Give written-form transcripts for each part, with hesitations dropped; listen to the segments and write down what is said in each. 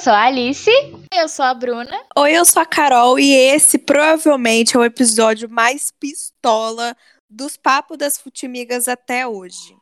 sou a Alice. Eu sou a Bruna. Oi, eu sou a Carol e esse provavelmente é o episódio mais pistola dos Papos das Futimigas até hoje.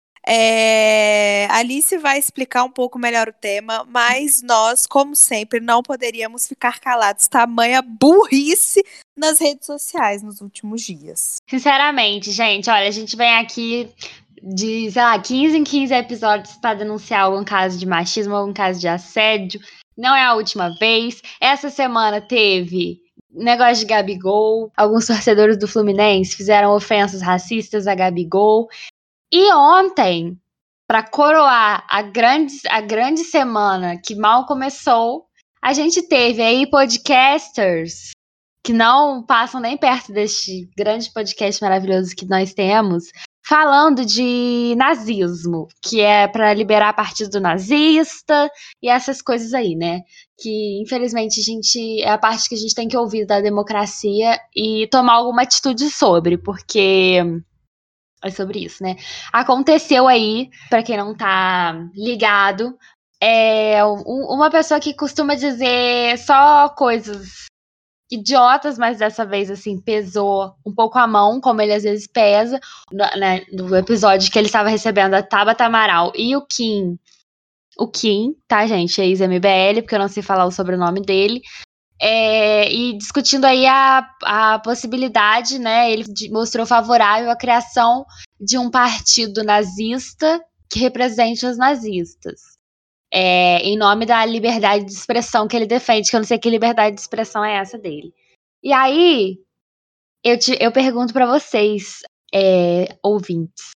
A Alice vai explicar um pouco melhor o tema, mas nós, como sempre, não poderíamos ficar calados. Tamanha burrice nas redes sociais nos últimos dias. Sinceramente, gente, olha, a gente vem aqui de, 15 em 15 episódios para denunciar algum caso de machismo, algum caso de assédio. Não é a última vez. Essa semana teve negócio de Gabigol. Alguns torcedores do Fluminense fizeram ofensas racistas a Gabigol. E ontem, para coroar a grande semana que mal começou, a gente teve aí podcasters que não passam nem perto deste grande podcast maravilhoso que nós temos, falando de nazismo, que é para liberar partido nazista e essas coisas aí, né? Que infelizmente é a parte que a gente tem que ouvir da democracia e tomar alguma atitude sobre, porque é sobre isso, né? Aconteceu aí, pra quem não tá ligado, uma pessoa que costuma dizer só coisas idiotas, mas dessa vez, assim, pesou um pouco a mão, como ele às vezes pesa, né, no episódio que ele estava recebendo a Tabata Amaral e o Kim, tá, gente? Ex-MBL, porque eu não sei falar o sobrenome dele. E discutindo aí a possibilidade, né? Ele mostrou favorável à criação de um partido nazista que represente os nazistas. Em nome da liberdade de expressão que ele defende, que eu não sei que liberdade de expressão é essa dele. E aí, eu pergunto pra vocês, ouvintes.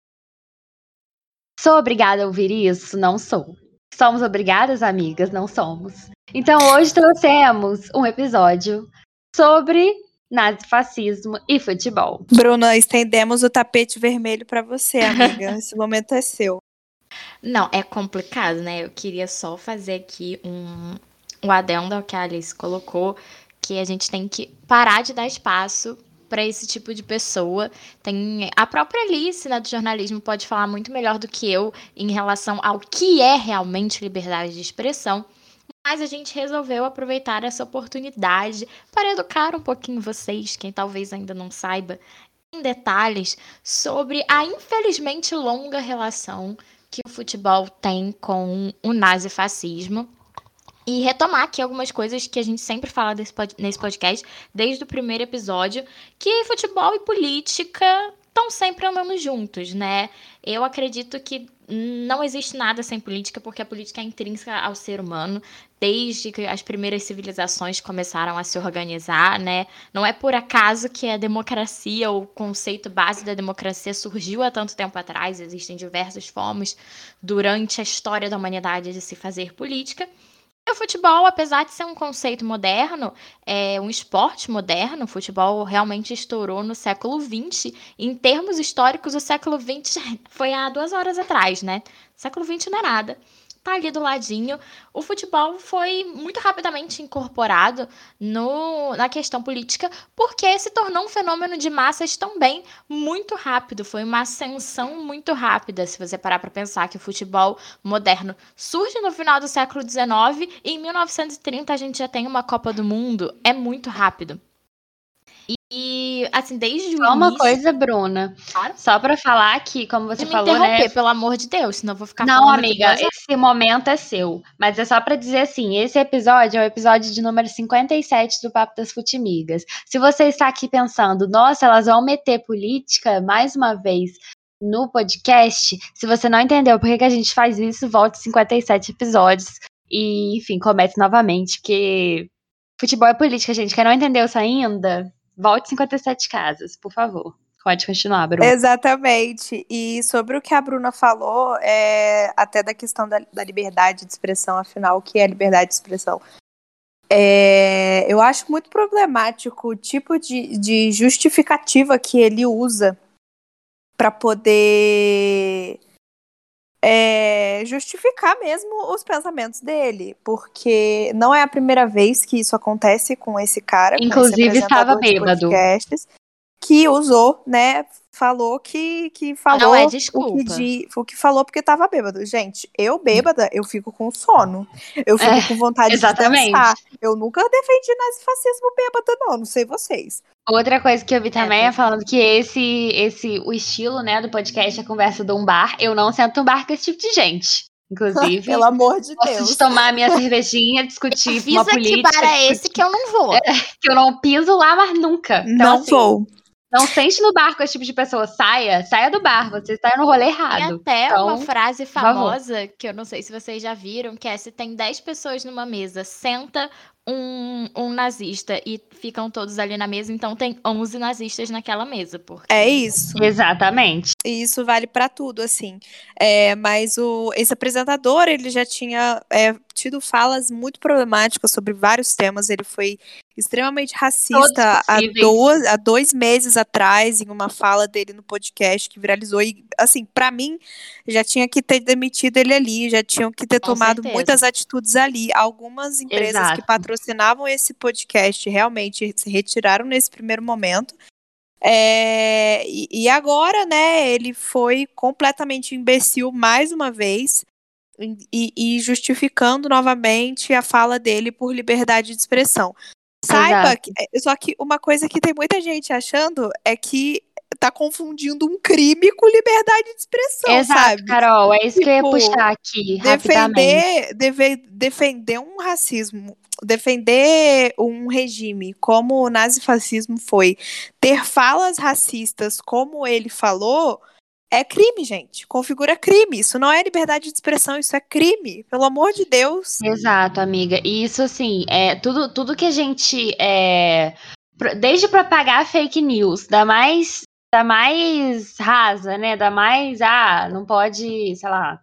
Sou obrigada a ouvir isso? Não sou. Somos obrigadas, amigas? Não somos. Então hoje trouxemos um episódio sobre nazifascismo e futebol. Bruna, estendemos o tapete vermelho pra você, amiga. Esse momento é seu. Não, é complicado, né? Eu queria só fazer aqui um adendo ao que a Alice colocou, que a gente tem que parar de dar espaço para esse tipo de pessoa. Tem a própria Alice, né, do jornalismo, pode falar muito melhor do que eu em relação ao que é realmente liberdade de expressão. Mas a gente resolveu aproveitar essa oportunidade para educar um pouquinho vocês, quem talvez ainda não saiba, em detalhes sobre a infelizmente longa relação que o futebol tem com o nazifascismo. E retomar aqui algumas coisas que a gente sempre fala nesse podcast, desde o primeiro episódio, que futebol e política estão sempre andando juntos, né? Eu acredito que não existe nada sem política, porque a política é intrínseca ao ser humano, desde que as primeiras civilizações começaram a se organizar, né? Não é por acaso que a democracia, o conceito base da democracia surgiu há tanto tempo atrás, existem diversas formas durante a história da humanidade de se fazer política. O futebol, apesar de ser um conceito moderno, é um esporte moderno, o futebol realmente estourou no século XX. Em termos históricos, o século XX foi há 2 horas atrás, né? O século XX não é nada. Tá ali do ladinho. O futebol foi muito rapidamente incorporado na questão política, porque se tornou um fenômeno de massas também muito rápido. Foi uma ascensão muito rápida, se você parar para pensar que o futebol moderno surge no final do século XIX e em 1930 a gente já tem uma Copa do Mundo. É muito rápido. E, assim, desde o início... Só uma coisa, Bruna. Claro. Só pra falar que, como você falou, né? né? Pelo amor de Deus, senão eu vou ficar Não, falando amiga, aqui esse momento é seu. Mas é só pra dizer assim, esse episódio é o episódio de número 57 do Papo das Futimigas. Se você está aqui pensando, nossa, elas vão meter política mais uma vez no podcast, se você não entendeu por que a gente faz isso, volte 57 episódios e, enfim, comece novamente, porque futebol é política, gente. Quem não entendeu isso ainda, volte 57 casas, por favor. Pode continuar, Bruna. Exatamente. E sobre o que a Bruna falou, até da questão da liberdade de expressão, afinal, o que é liberdade de expressão? Eu acho muito problemático o tipo de justificativa que ele usa para poder justificar mesmo os pensamentos dele, porque não é a primeira vez que isso acontece com esse cara, Inclusive, com esse apresentador estava de bêbado. podcasts, que usou, né, falou que falou Não é desculpa. o que falou porque tava bêbado. Gente, eu bêbada, eu fico com sono. Eu fico com vontade de exatamente. dançar. Eu nunca defendi nazifascismo bêbada, não sei vocês. Outra coisa que eu vi também é tá. falando que o estilo, né, do podcast é a conversa de um bar. Eu não sento no bar com esse tipo de gente. Inclusive, Pelo amor de gosto Deus. de tomar minha cervejinha, discutir uma Avisa que política, bar é esse que eu não vou. que eu não piso lá mais nunca. Então, Não assim, vou. não sente no bar com esse tipo de pessoa. Saia do bar, você está no rolê Tem errado. até Então, uma frase por favor. famosa, que eu não sei se vocês já viram, que é: se tem 10 pessoas numa mesa, senta um nazista e ficam todos ali na mesa, então tem 11 nazistas naquela mesa. Porque... É isso. Exatamente. E isso vale pra tudo, assim. Mas esse apresentador, ele já tinha tido falas muito problemáticas sobre vários temas. Ele foi extremamente racista há 2 meses atrás, em uma fala dele no podcast que viralizou. E, assim, pra mim, já tinha que ter demitido ele ali, já tinham que ter Com tomado certeza. muitas atitudes ali. Algumas empresas que Exato. patrocinavam esse podcast realmente se retiraram nesse primeiro momento. E agora, né, ele foi completamente imbecil mais uma vez e justificando novamente a fala dele por liberdade de expressão. Saiba que, só que uma coisa que tem muita gente achando é que tá confundindo um crime com liberdade de expressão, Exato, sabe? Carol, é isso que eu ia Tipo, puxar aqui rapidamente. defender um racismo, defender um regime como o nazifascismo foi, ter falas racistas como ele falou, é crime, gente. Configura crime. Isso não é liberdade de expressão, isso é crime. Pelo amor de Deus. Exato, amiga. E isso, assim, tudo que a gente. Desde propagar fake news, da mais rasa, né? Da mais. Não pode, sei lá.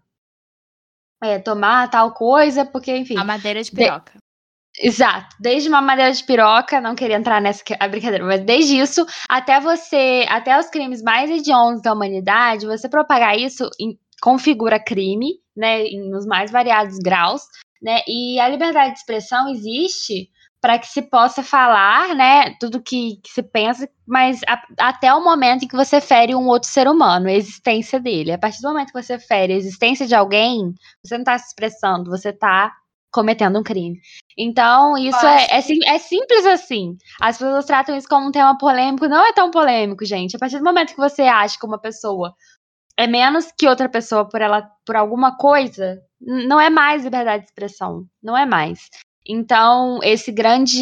Tomar tal coisa, porque, enfim. A madeira de piroca. Exato. Desde uma madeira de piroca, não queria entrar nessa brincadeira, mas desde isso, até os crimes mais hediondos da humanidade, você propagar isso configura crime, né? Nos mais variados graus, né? E a liberdade de expressão existe para que se possa falar, né? Tudo que se pensa, mas até o momento em que você fere um outro ser humano, a existência dele. A partir do momento que você fere a existência de alguém, você não está se expressando, você está cometendo um crime. Então, isso é simples assim. As pessoas tratam isso como um tema polêmico. Não é tão polêmico, gente. A partir do momento que você acha que uma pessoa é menos que outra pessoa por alguma coisa, não é mais liberdade de expressão. Não é mais. Então, esse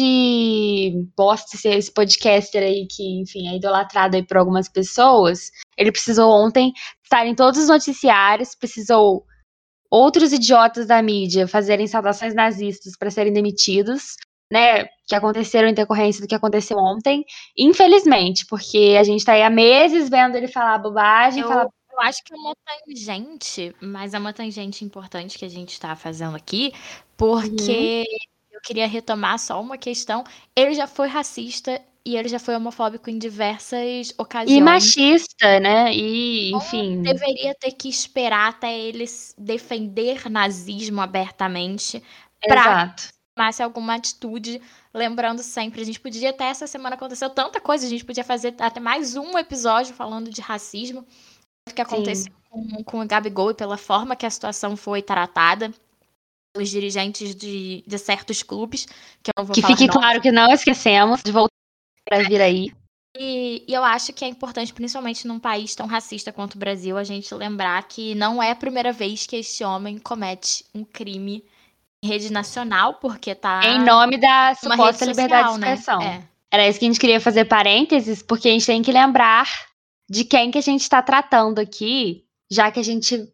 grande bosta, esse podcaster aí que, enfim, é idolatrado aí por algumas pessoas, ele precisou ontem estar em todos os noticiários, precisou outros idiotas da mídia fazerem saudações nazistas para serem demitidos, né, que aconteceram em decorrência do que aconteceu ontem, infelizmente, porque a gente tá aí há meses vendo ele falar bobagem, Eu acho que é uma tangente, mas é uma tangente importante que a gente está fazendo aqui, porque eu queria retomar só uma questão. Ele já foi racista e ele já foi homofóbico em diversas ocasiões. E machista, né? E, enfim. Não deveria ter que esperar até ele defender nazismo abertamente para tomar alguma atitude. Lembrando sempre, a gente podia até essa semana aconteceu tanta coisa, a gente podia fazer até mais um episódio falando de racismo, o que aconteceu com o Gabigol e pela forma que a situação foi tratada pelos dirigentes de certos clubes, que eu não vou falar. Que fique claro que não esquecemos de voltar para vir aí. E eu acho que é importante, principalmente num país tão racista quanto o Brasil, a gente lembrar que não é a primeira vez que este homem comete um crime em rede nacional, porque tá em nome da suposta liberdade de social, expressão. né? Era isso que a gente queria fazer parênteses, porque a gente tem que lembrar de quem que a gente está tratando aqui, já que a gente,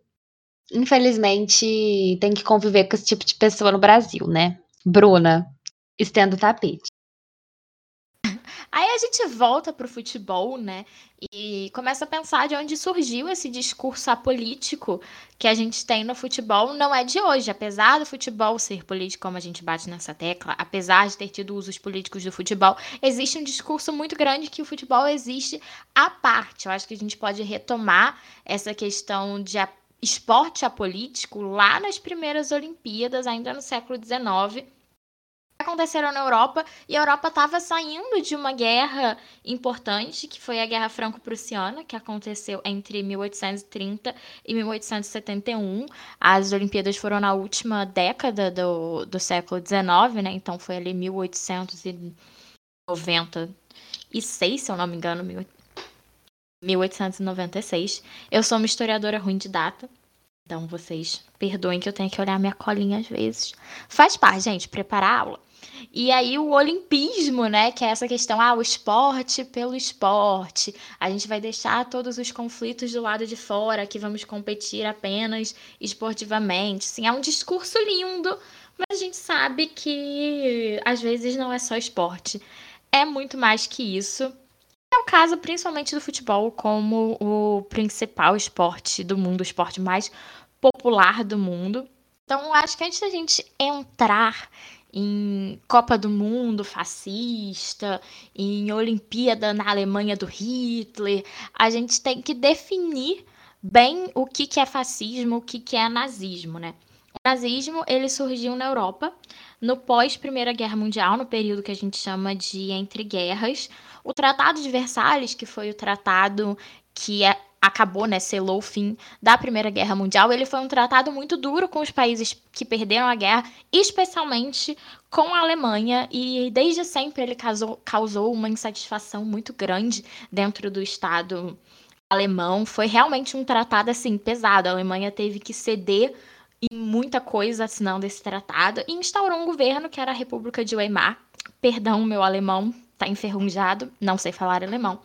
infelizmente, tem que conviver com esse tipo de pessoa no Brasil, né? Bruna, estenda o tapete. Aí a gente volta pro futebol, né? E começa a pensar de onde surgiu esse discurso apolítico que a gente tem no futebol. Não é de hoje. Apesar do futebol ser político, como a gente bate nessa tecla, apesar de ter tido usos políticos do futebol, existe um discurso muito grande que o futebol existe à parte. Eu acho que a gente pode retomar essa questão de esporte apolítico lá nas primeiras Olimpíadas, ainda no século XIX, aconteceram na Europa, e a Europa estava saindo de uma guerra importante, que foi a Guerra Franco-Prussiana, que aconteceu entre 1830 e 1871. As Olimpíadas foram na última década do século XIX, né? Então foi ali 1896, se eu não me engano, 1896. Eu sou uma historiadora ruim de data, então vocês perdoem que eu tenho que olhar minha colinha às vezes. Faz parte, gente, preparar a aula. E aí o olimpismo, né, que é essa questão, o esporte pelo esporte. A gente vai deixar todos os conflitos do lado de fora, que vamos competir apenas esportivamente. Sim, é um discurso lindo, mas a gente sabe que às vezes não é só esporte. É muito mais que isso. É o caso principalmente do futebol como o principal esporte do mundo, o esporte mais popular do mundo. Então, acho que antes da gente entrar em Copa do Mundo fascista, em Olimpíada na Alemanha do Hitler, a gente tem que definir bem o que é fascismo, o que é nazismo, né? O nazismo, ele surgiu na Europa no pós-Primeira Guerra Mundial, no período que a gente chama de entre guerras. O Tratado de Versalhes, que foi o tratado que acabou, né, selou o fim da Primeira Guerra Mundial, ele foi um tratado muito duro com os países que perderam a guerra, especialmente com a Alemanha, e desde sempre ele causou uma insatisfação muito grande dentro do Estado alemão. Foi realmente um tratado, assim, pesado. A Alemanha teve que ceder em muita coisa assinando esse tratado e instaurou um governo que era a República de Weimar. Perdão, meu alemão tá enferrujado, não sei falar alemão.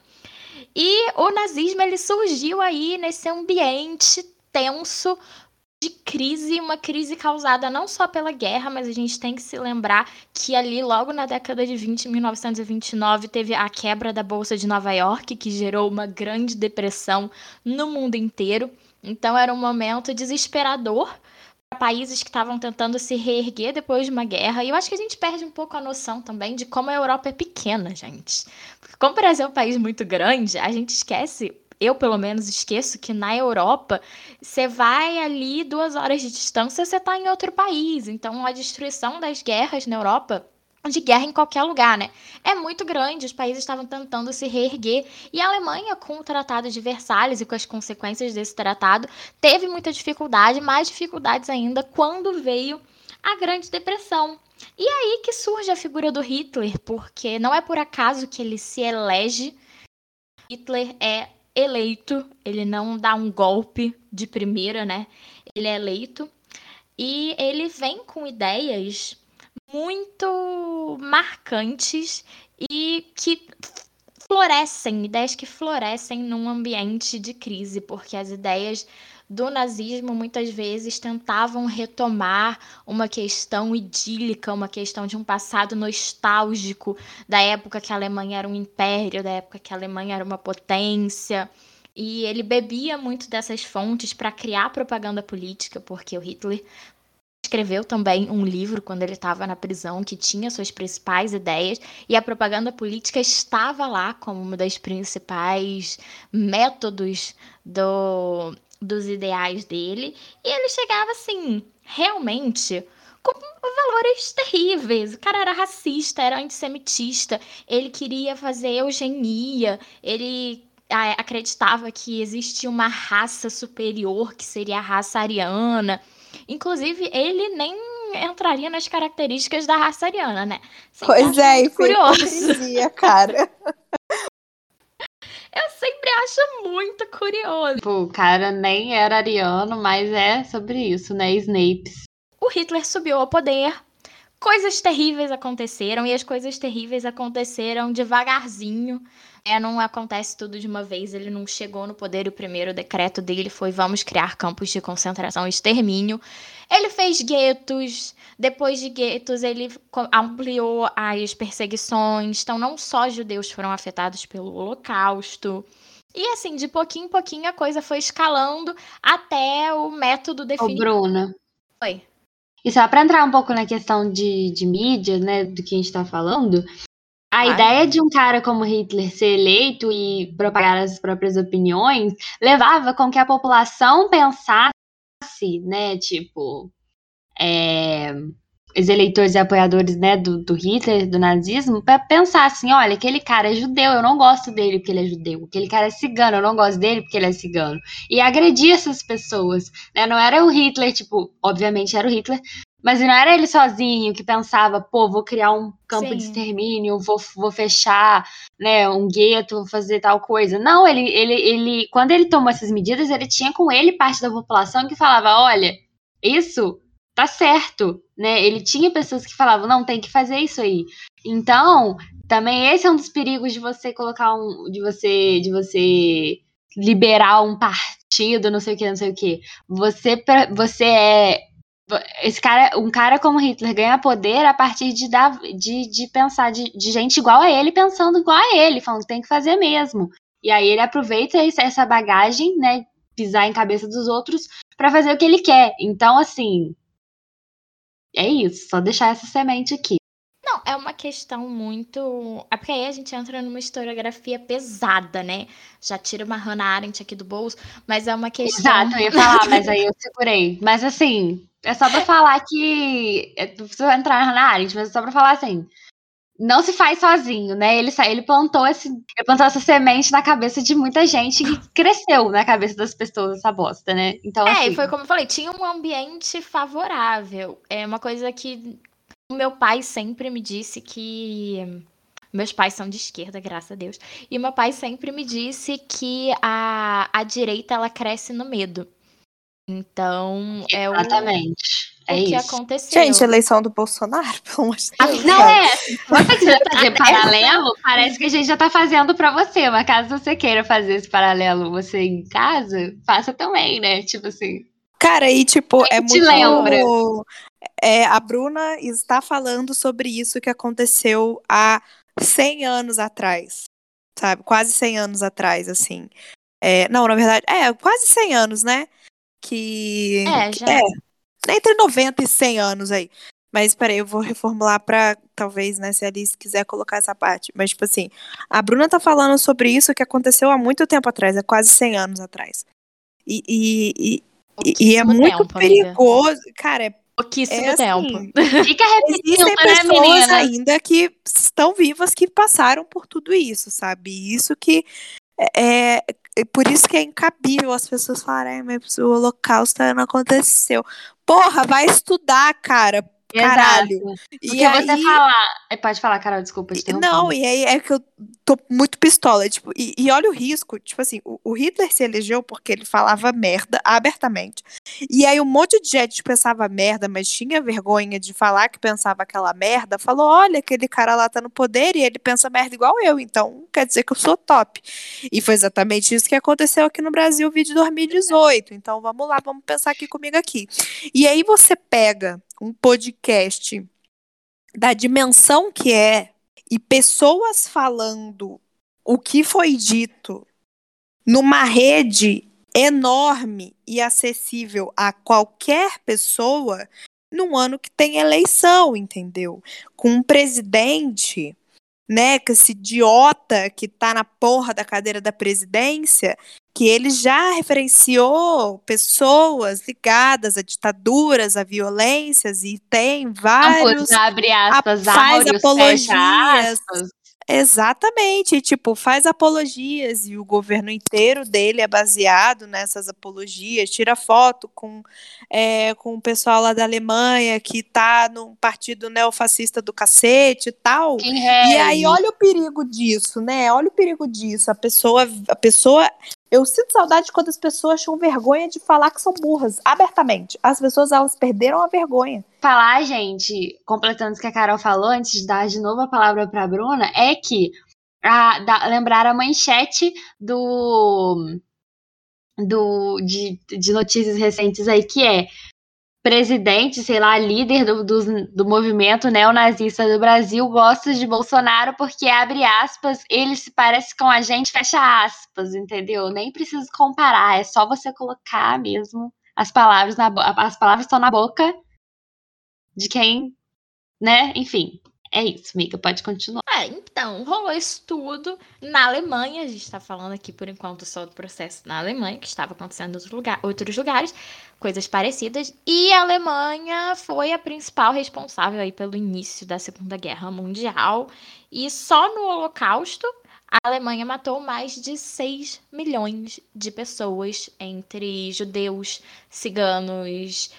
E o nazismo, ele surgiu aí nesse ambiente tenso de crise, uma crise causada não só pela guerra, mas a gente tem que se lembrar que ali logo na década de 20, 1929, teve a quebra da Bolsa de Nova York, que gerou uma grande depressão no mundo inteiro. Então era um momento desesperador para países que estavam tentando se reerguer depois de uma guerra. E eu acho que a gente perde um pouco a noção também de como a Europa é pequena, gente. Porque como o Brasil é um país muito grande, a gente esquece, eu pelo menos esqueço, que na Europa você vai ali 2 horas de distância, você está em outro país. Então a destruição das guerras na Europa, de guerra em qualquer lugar, né? É muito grande, os países estavam tentando se reerguer. E a Alemanha, com o Tratado de Versalhes e com as consequências desse tratado, teve muita dificuldade, mais dificuldades ainda quando veio a Grande Depressão. E aí que surge a figura do Hitler, porque não é por acaso que ele se elege. Hitler é eleito, ele não dá um golpe de primeira, né? Ele é eleito e ele vem com ideias muito marcantes e que florescem, ideias que florescem num ambiente de crise, porque as ideias do nazismo muitas vezes tentavam retomar uma questão idílica, uma questão de um passado nostálgico, da época que a Alemanha era um império, da época que a Alemanha era uma potência. E ele bebia muito dessas fontes para criar propaganda política, porque o Hitler escreveu também um livro quando ele estava na prisão que tinha suas principais ideias, e a propaganda política estava lá como uma das principais métodos dos ideais dele, e ele chegava assim, realmente com valores terríveis. O cara era racista, era antissemitista, ele queria fazer eugenia, ele acreditava que existia uma raça superior, que seria a raça ariana. Inclusive, ele nem entraria nas características da raça ariana, né? Pois é, e curioso. Hipocrisia, cara. Eu sempre acho muito curioso. Tipo, o cara nem era ariano, mas é sobre isso, né? Snapes. O Hitler subiu ao poder, coisas terríveis aconteceram, e as coisas terríveis aconteceram devagarzinho. Não acontece tudo de uma vez, ele não chegou no poder e o primeiro decreto dele foi: vamos criar campos de concentração e extermínio. Ele fez guetos, depois de guetos ele ampliou as perseguições, então não só judeus foram afetados pelo Holocausto. E assim, de pouquinho em pouquinho a coisa foi escalando até o método Ô, definitivo. Bruna. Oi. E só para entrar um pouco na questão de mídia, né, do que a gente tá falando, a ideia de um cara como Hitler ser eleito e propagar as próprias opiniões levava com que a população pensasse, né, tipo, os eleitores e apoiadores, né, do Hitler, do nazismo, para pensar assim, olha, aquele cara é judeu, eu não gosto dele porque ele é judeu. Aquele cara é cigano, eu não gosto dele porque ele é cigano. E agredir essas pessoas, né? Não era o Hitler, tipo, obviamente era o Hitler, mas não era ele sozinho que pensava, pô, vou criar um campo de Sim. extermínio, vou fechar, né, um gueto, vou fazer tal coisa. Não, ele, quando ele tomou essas medidas, ele tinha com ele parte da população que falava, olha, isso tá certo, né? Ele tinha pessoas que falavam, não, tem que fazer isso aí. Então, também esse é um dos perigos de você colocar de você liberar um partido, não sei o que, não sei o que. Você é um cara como Hitler ganha poder a partir de pensar de gente igual a ele, pensando igual a ele, falando que tem que fazer mesmo. E aí ele aproveita essa bagagem, né, pisar em cabeça dos outros para fazer o que ele quer. Então, assim, é isso, só deixar essa semente aqui. Não, é uma questão muito. É porque aí a gente entra numa historiografia pesada, né? Já tira uma Hannah Arendt aqui do bolso, mas é uma questão. Exato, eu ia falar, mas aí eu segurei. Mas assim, é só pra falar que. Não precisa entrar na Hannah Arendt, mas é só pra falar assim. Não se faz sozinho, né? Ele plantou essa semente na cabeça de muita gente que cresceu na cabeça das pessoas essa bosta, né? Então, E assim. foi como eu falei, tinha um ambiente favorável. É uma coisa que o meu pai sempre me disse que. Meus pais são de esquerda, graças a Deus. E meu pai sempre me disse que a direita ela cresce no medo. Então, é Exatamente. É o que isso. aconteceu. Gente, eleição do Bolsonaro, pelo amor de Deus. Não cara. é. Quando você quiser fazer paralelo, parece que a gente já tá fazendo pra você. Mas caso você queira fazer esse paralelo você em casa, faça também, né? Tipo assim. Cara, e tipo, é Te muito. lembra. A Bruna está falando sobre isso que aconteceu há 100 anos atrás, sabe? Quase 100 anos atrás, assim. Não, na verdade, quase 100 anos, né? Já. Entre 90 e 100 anos aí. Mas peraí, eu vou reformular pra, talvez, né, se a Alice quiser colocar essa parte. Mas, tipo assim, a Bruna tá falando sobre isso que aconteceu há muito tempo atrás, há quase 100 anos atrás. E é Pouquíssimo muito tempo, amiga. perigoso. Cara, Pouquíssimo assim, tempo. Fica repetindo, existem né, pessoas menina? ainda que estão vivas que passaram por tudo isso, sabe? Isso que é por isso que é incabível as pessoas falarem, mas o Holocausto não aconteceu. Porra, vai estudar, cara. Caralho. Exato. E Porque você aí, falar. Pode falar, Carol, desculpa te não, interrompendo. e aí é que eu tô muito pistola, tipo, e olha o risco, tipo assim, o Hitler se elegeu porque ele falava merda abertamente. E aí um monte de gente pensava merda, mas tinha vergonha de falar que pensava aquela merda, falou, olha, aquele cara lá tá no poder e ele pensa merda igual eu, então quer dizer que eu sou top. E foi exatamente isso que aconteceu aqui no Brasil, vídeo 2018. Então vamos lá, vamos pensar aqui comigo aqui. E aí você pega um podcast da dimensão que é e pessoas falando o que foi dito numa rede enorme e acessível a qualquer pessoa num ano que tem eleição, entendeu? Com um presidente, né, com esse idiota que tá na porra da cadeira da presidência, que ele já referenciou pessoas ligadas a ditaduras, a violências, e tem Campos, vários abre aspas, faz áureos, fecha apologias. aspas. Exatamente, e, tipo, faz apologias e o governo inteiro dele é baseado nessas apologias, tira foto com o pessoal lá da Alemanha que tá num partido neofascista do cacete e tal. E aí, Skinhead. olha o perigo disso, né? Olha o perigo disso. A pessoa. Eu sinto saudade quando as pessoas tinham vergonha de falar que são burras, abertamente. As pessoas, elas perderam a vergonha. Falar, gente, completando o que a Carol falou, antes de dar de novo a palavra para a Bruna, é que lembrar a manchete de notícias recentes aí, que é presidente, sei lá, líder do movimento neonazista do Brasil gosta de Bolsonaro porque, abre aspas, ele se parece com a gente, fecha aspas, entendeu? Nem preciso comparar, é só você colocar mesmo as palavras estão na boca de quem, né? Enfim, É isso, amiga, pode continuar. Então, rolou isso tudo na Alemanha. A gente está falando aqui, por enquanto, só do processo na Alemanha, que estava acontecendo em outros lugares, coisas parecidas. E a Alemanha foi a principal responsável aí pelo início da Segunda Guerra Mundial. E só no Holocausto, a Alemanha matou mais de 6 milhões de pessoas, entre judeus, ciganos,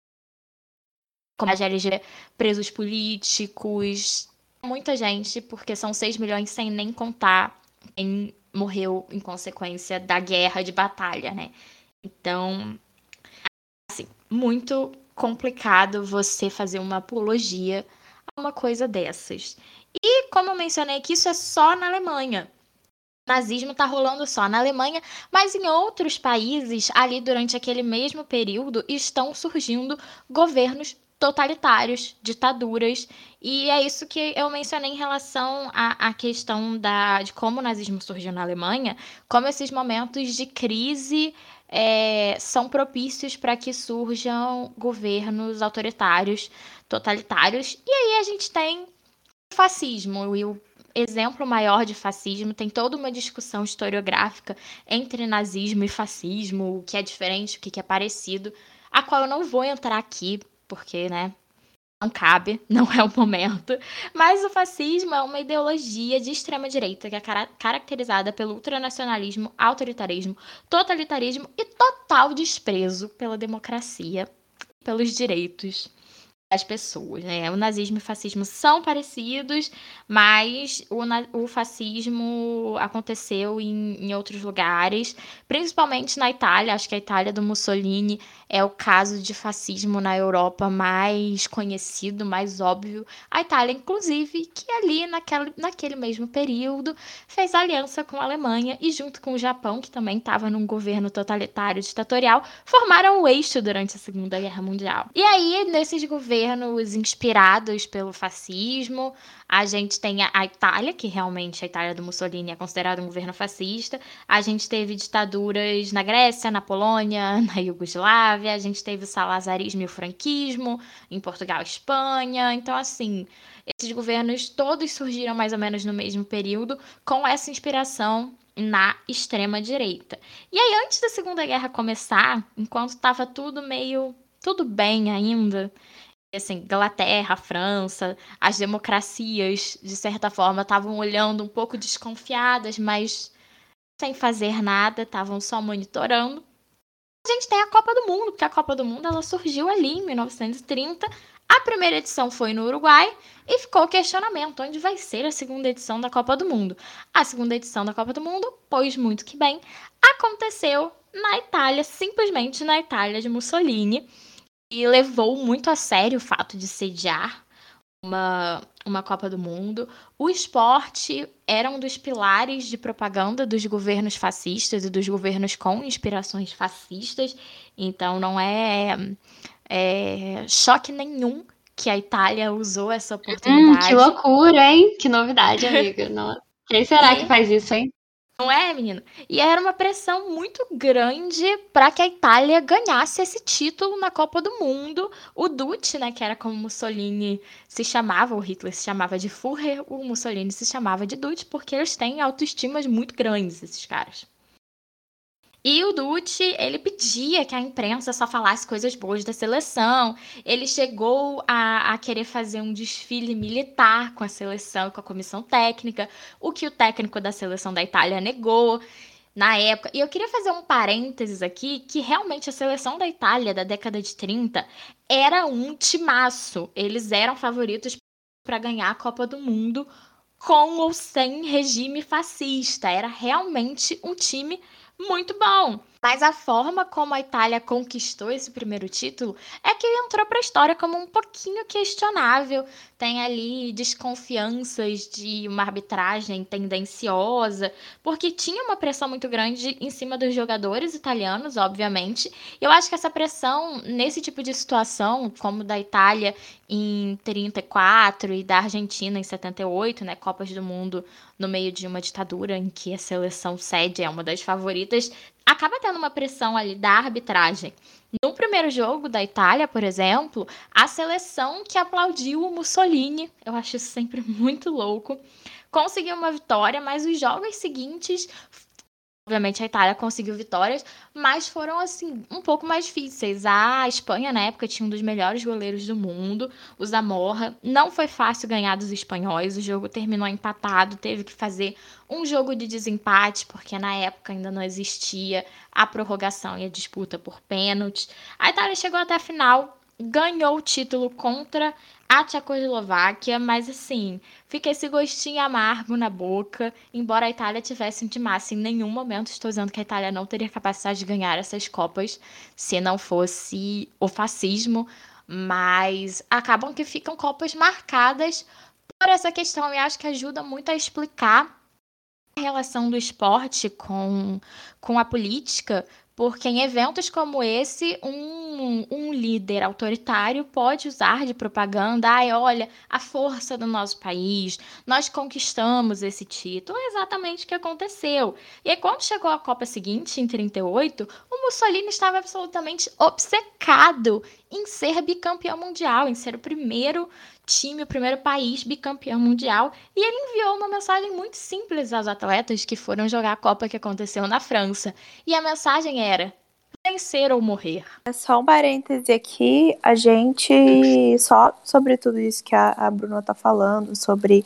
comunidade LGBT, presos políticos, muita gente, porque são 6 milhões sem nem contar quem morreu em consequência da guerra de batalha, né? Então, assim, muito complicado você fazer uma apologia a uma coisa dessas. E, como eu mencionei aqui, isso é só na Alemanha. O nazismo tá rolando só na Alemanha, mas em outros países, ali durante aquele mesmo período, estão surgindo governos totalitários, ditaduras, e é isso que eu mencionei em relação à questão de como o nazismo surgiu na Alemanha, como esses momentos de crise são propícios para que surjam governos autoritários, totalitários, e aí a gente tem o fascismo, e o exemplo maior de fascismo, tem toda uma discussão historiográfica entre nazismo e fascismo, o que é diferente, o que é parecido, a qual eu não vou entrar aqui, porque, né, não cabe, não é o momento. Mas o fascismo é uma ideologia de extrema-direita que é caracterizada pelo ultranacionalismo, autoritarismo, totalitarismo e total desprezo pela democracia, pelos direitos das pessoas, né? O nazismo e o fascismo são parecidos, mas o fascismo aconteceu em outros lugares, principalmente na Itália. Acho que a Itália do Mussolini é o caso de fascismo na Europa mais conhecido, mais óbvio. A Itália, inclusive, que ali naquele mesmo período fez aliança com a Alemanha e junto com o Japão, que também estava num governo totalitário ditatorial, formaram o eixo durante a Segunda Guerra Mundial. E aí, nesses governos inspirados pelo fascismo, a gente tem a Itália, que realmente a Itália do Mussolini é considerada um governo fascista. A gente teve ditaduras na Grécia, na Polônia, na Iugoslávia. A gente teve o salazarismo e o franquismo em Portugal e Espanha. Então, assim, esses governos todos surgiram mais ou menos no mesmo período, com essa inspiração na extrema-direita. E aí, antes da Segunda Guerra começar, enquanto estava tudo bem ainda, assim, Inglaterra, França, as democracias, de certa forma, estavam olhando um pouco desconfiadas, mas sem fazer nada, estavam só monitorando. A gente tem a Copa do Mundo, porque a Copa do Mundo ela surgiu ali em 1930. A primeira edição foi no Uruguai e ficou o questionamento: onde vai ser a segunda edição da Copa do Mundo? A segunda edição da Copa do Mundo, pois muito que bem, aconteceu na Itália, simplesmente na Itália de Mussolini, e levou muito a sério o fato de sediar uma Copa do Mundo. O esporte era um dos pilares de propaganda dos governos fascistas e dos governos com inspirações fascistas. Então não é choque nenhum que a Itália usou essa oportunidade. Que loucura, hein? Que novidade, amiga. Nossa. Quem será que faz isso, hein? Não é, menina? E era uma pressão muito grande para que a Itália ganhasse esse título na Copa do Mundo. O Duce, né, que era como Mussolini se chamava, o Hitler se chamava de Führer, o Mussolini se chamava de Duce, porque eles têm autoestimas muito grandes, esses caras. E o Duce, ele pedia que a imprensa só falasse coisas boas da seleção. Ele chegou a querer fazer um desfile militar com a seleção e com a comissão técnica, o que o técnico da seleção da Itália negou na época. E eu queria fazer um parênteses aqui, que realmente a seleção da Itália da década de 30 era um timaço. Eles eram favoritos para ganhar a Copa do Mundo com ou sem regime fascista. Era realmente um time muito bom. Mas a forma como a Itália conquistou esse primeiro título é que entrou para a história como um pouquinho questionável. Tem ali desconfianças de uma arbitragem tendenciosa, porque tinha uma pressão muito grande em cima dos jogadores italianos, obviamente. Eu acho que essa pressão, nesse tipo de situação, como da Itália em 34 e da Argentina em 78, né, Copas do Mundo no meio de uma ditadura em que a seleção sede é uma das favoritas, acaba tendo uma pressão ali da arbitragem. No primeiro jogo da Itália, por exemplo, a seleção que aplaudiu o Mussolini, eu acho isso sempre muito louco, conseguiu uma vitória, mas os jogos seguintes, obviamente a Itália conseguiu vitórias, mas foram assim um pouco mais difíceis. A Espanha na época tinha um dos melhores goleiros do mundo, o Zamorra. Não foi fácil ganhar dos espanhóis, o jogo terminou empatado, teve que fazer um jogo de desempate, porque na época ainda não existia a prorrogação e a disputa por pênaltis. A Itália chegou até a final, ganhou o título contra a Tchecoslováquia, mas assim, fica esse gostinho amargo na boca. Embora a Itália tivesse um timaço, em nenhum momento estou dizendo que a Itália não teria capacidade de ganhar essas Copas se não fosse o fascismo, mas acabam que ficam Copas marcadas por essa questão e acho que ajuda muito a explicar a relação do esporte com a política, porque em eventos como esse, um líder autoritário pode usar de propaganda. Ai, olha, a força do nosso país, nós conquistamos esse título. É exatamente o que aconteceu. E aí, quando chegou a Copa seguinte, em 38, o Mussolini estava absolutamente obcecado em ser bicampeão mundial, em ser o primeiro time, o primeiro país bicampeão mundial. E ele enviou uma mensagem muito simples aos atletas que foram jogar a Copa que aconteceu na França. E a mensagem era: vencer ou morrer. É só um parêntese aqui, a gente, só sobre tudo isso que a Bruna tá falando, sobre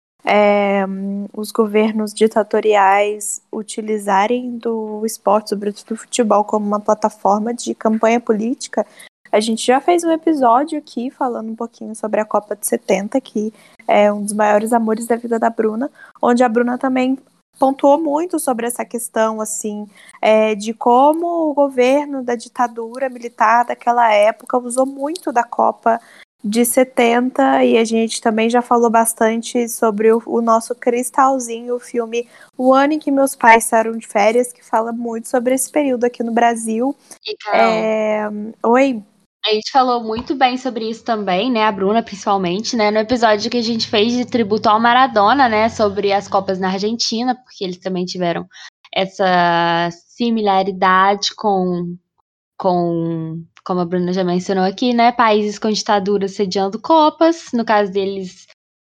os governos ditatoriais utilizarem do esporte, sobretudo do futebol, como uma plataforma de campanha política. A gente já fez um episódio aqui falando um pouquinho sobre a Copa de 70, que é um dos maiores amores da vida da Bruna, onde a Bruna também pontuou muito sobre essa questão, assim, de como o governo da ditadura militar daquela época usou muito da Copa de 70, e a gente também já falou bastante sobre o nosso Cristalzinho, o filme O Ano em que Meus Pais Saíram de Férias, que fala muito sobre esse período aqui no Brasil. E, Carol, Oi? a gente falou muito bem sobre isso também, né? A Bruna, principalmente, né? No episódio que a gente fez de tributo ao Maradona, né? Sobre as Copas na Argentina, porque eles também tiveram essa similaridade como a Bruna já mencionou aqui, né? Países com ditadura sediando Copas. No caso deles,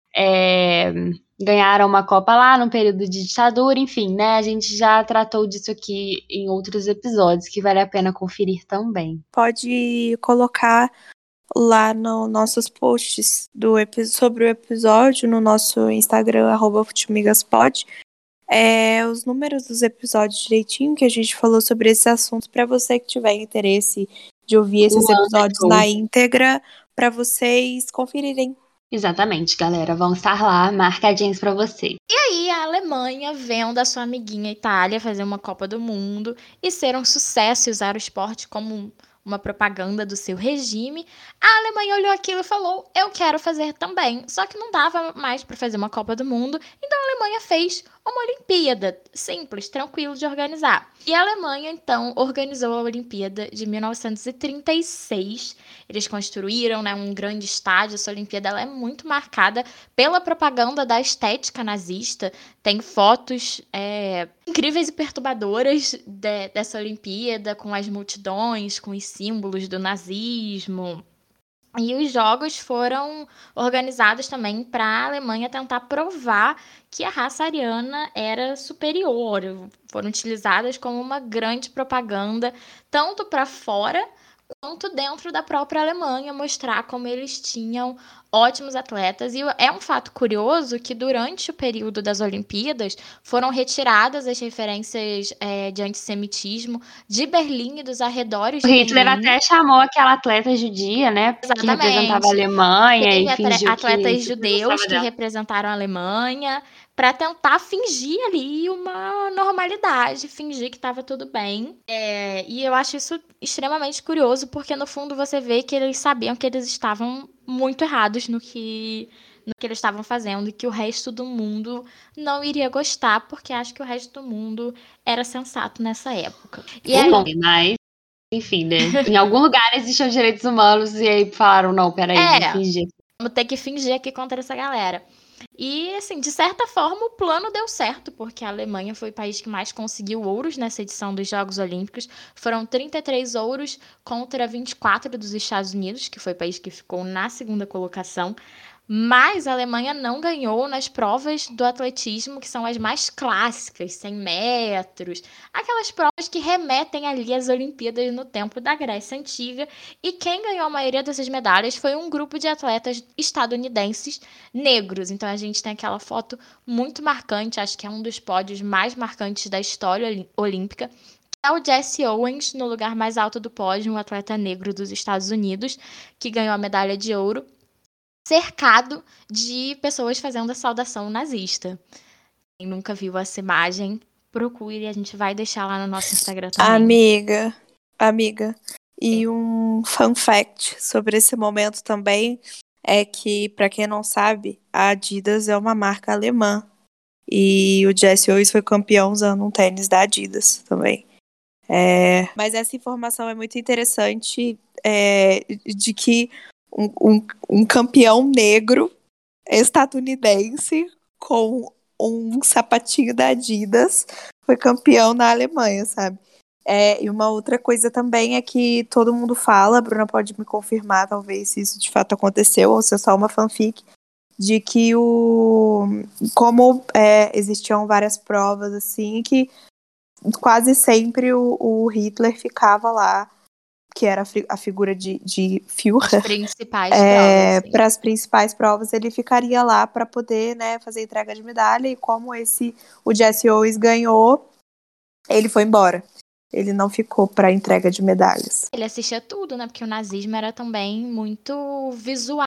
ganharam uma Copa lá no período de ditadura, enfim, né? A gente já tratou disso aqui em outros episódios, que vale a pena conferir também. Pode colocar lá nos nossos posts sobre o episódio, no nosso Instagram, @futimigaspod, os números dos episódios direitinho, que a gente falou sobre esses assuntos, para você que tiver interesse de ouvir esses episódios na íntegra, para vocês conferirem. Exatamente, galera. Vão estar lá marcadinhos para você. E aí a Alemanha, vendo a sua amiguinha Itália fazer uma Copa do Mundo e ser um sucesso e usar o esporte como uma propaganda do seu regime, a Alemanha olhou aquilo e falou: eu quero fazer também. Só que não dava mais para fazer uma Copa do Mundo, então a Alemanha fez uma Olimpíada, simples, tranquilo de organizar. E a Alemanha, então, organizou a Olimpíada de 1936. Eles construíram, né, um grande estádio. Essa Olimpíada ela é muito marcada pela propaganda da estética nazista. Tem fotos incríveis e perturbadoras dessa Olimpíada, com as multidões, com os símbolos do nazismo. E os jogos foram organizados também para a Alemanha tentar provar que a raça ariana era superior. Foram utilizadas como uma grande propaganda, tanto para fora quanto dentro da própria Alemanha, mostrar como eles tinham ótimos atletas. E é um fato curioso que durante o período das Olimpíadas foram retiradas as referências de antissemitismo de Berlim e dos arredores de Berlim. Hitler até chamou aquela atleta judia, né? Exatamente. Que representava a Alemanha. Teve e fingiu atletas que judeus que representaram a Alemanha para tentar fingir ali uma normalidade, fingir que estava tudo bem. E eu acho isso extremamente curioso, porque no fundo você vê que eles sabiam que eles estavam muito errados no que eles estavam fazendo e que o resto do mundo não iria gostar, porque acho que o resto do mundo era sensato nessa época. E aí, mas, enfim, né? Em algum lugar existiam direitos humanos e aí falaram, não, peraí, vamos fingir. Vamos ter que fingir aqui contra essa galera. E, assim, de certa forma, o plano deu certo, porque a Alemanha foi o país que mais conseguiu ouros nessa edição dos Jogos Olímpicos. Foram 33 ouros contra 24 dos Estados Unidos, que foi o país que ficou na segunda colocação. Mas a Alemanha não ganhou nas provas do atletismo, que são as mais clássicas, 100 metros, aquelas provas que remetem ali às Olimpíadas no tempo da Grécia Antiga. E quem ganhou a maioria dessas medalhas foi um grupo de atletas estadunidenses negros. Então a gente tem aquela foto muito marcante, acho que é um dos pódios mais marcantes da história olímpica, que é o Jesse Owens, no lugar mais alto do pódio, um atleta negro dos Estados Unidos, que ganhou a medalha de ouro, cercado de pessoas fazendo a saudação nazista. Quem nunca viu essa imagem, procure, a gente vai deixar lá no nosso Instagram também. Amiga. E um fun fact sobre esse momento também é que, para quem não sabe, a Adidas é uma marca alemã. E o Jesse Owens foi campeão usando um tênis da Adidas também. Mas essa informação é muito interessante, de que um campeão negro estadunidense com um sapatinho da Adidas foi campeão na Alemanha, sabe? E uma outra coisa também é que todo mundo fala, a Bruna pode me confirmar, talvez, se isso de fato aconteceu, ou se é só uma fanfic, de que como existiam várias provas, assim, que quase sempre o Hitler ficava lá, que era a figura de Führer. As principais provas. Para as principais provas, ele ficaria lá para poder, né, fazer entrega de medalha. E como o Jesse Owens ganhou, ele foi embora. Ele não ficou para entrega de medalhas. Ele assistia tudo, né? Porque o nazismo era também muito visual.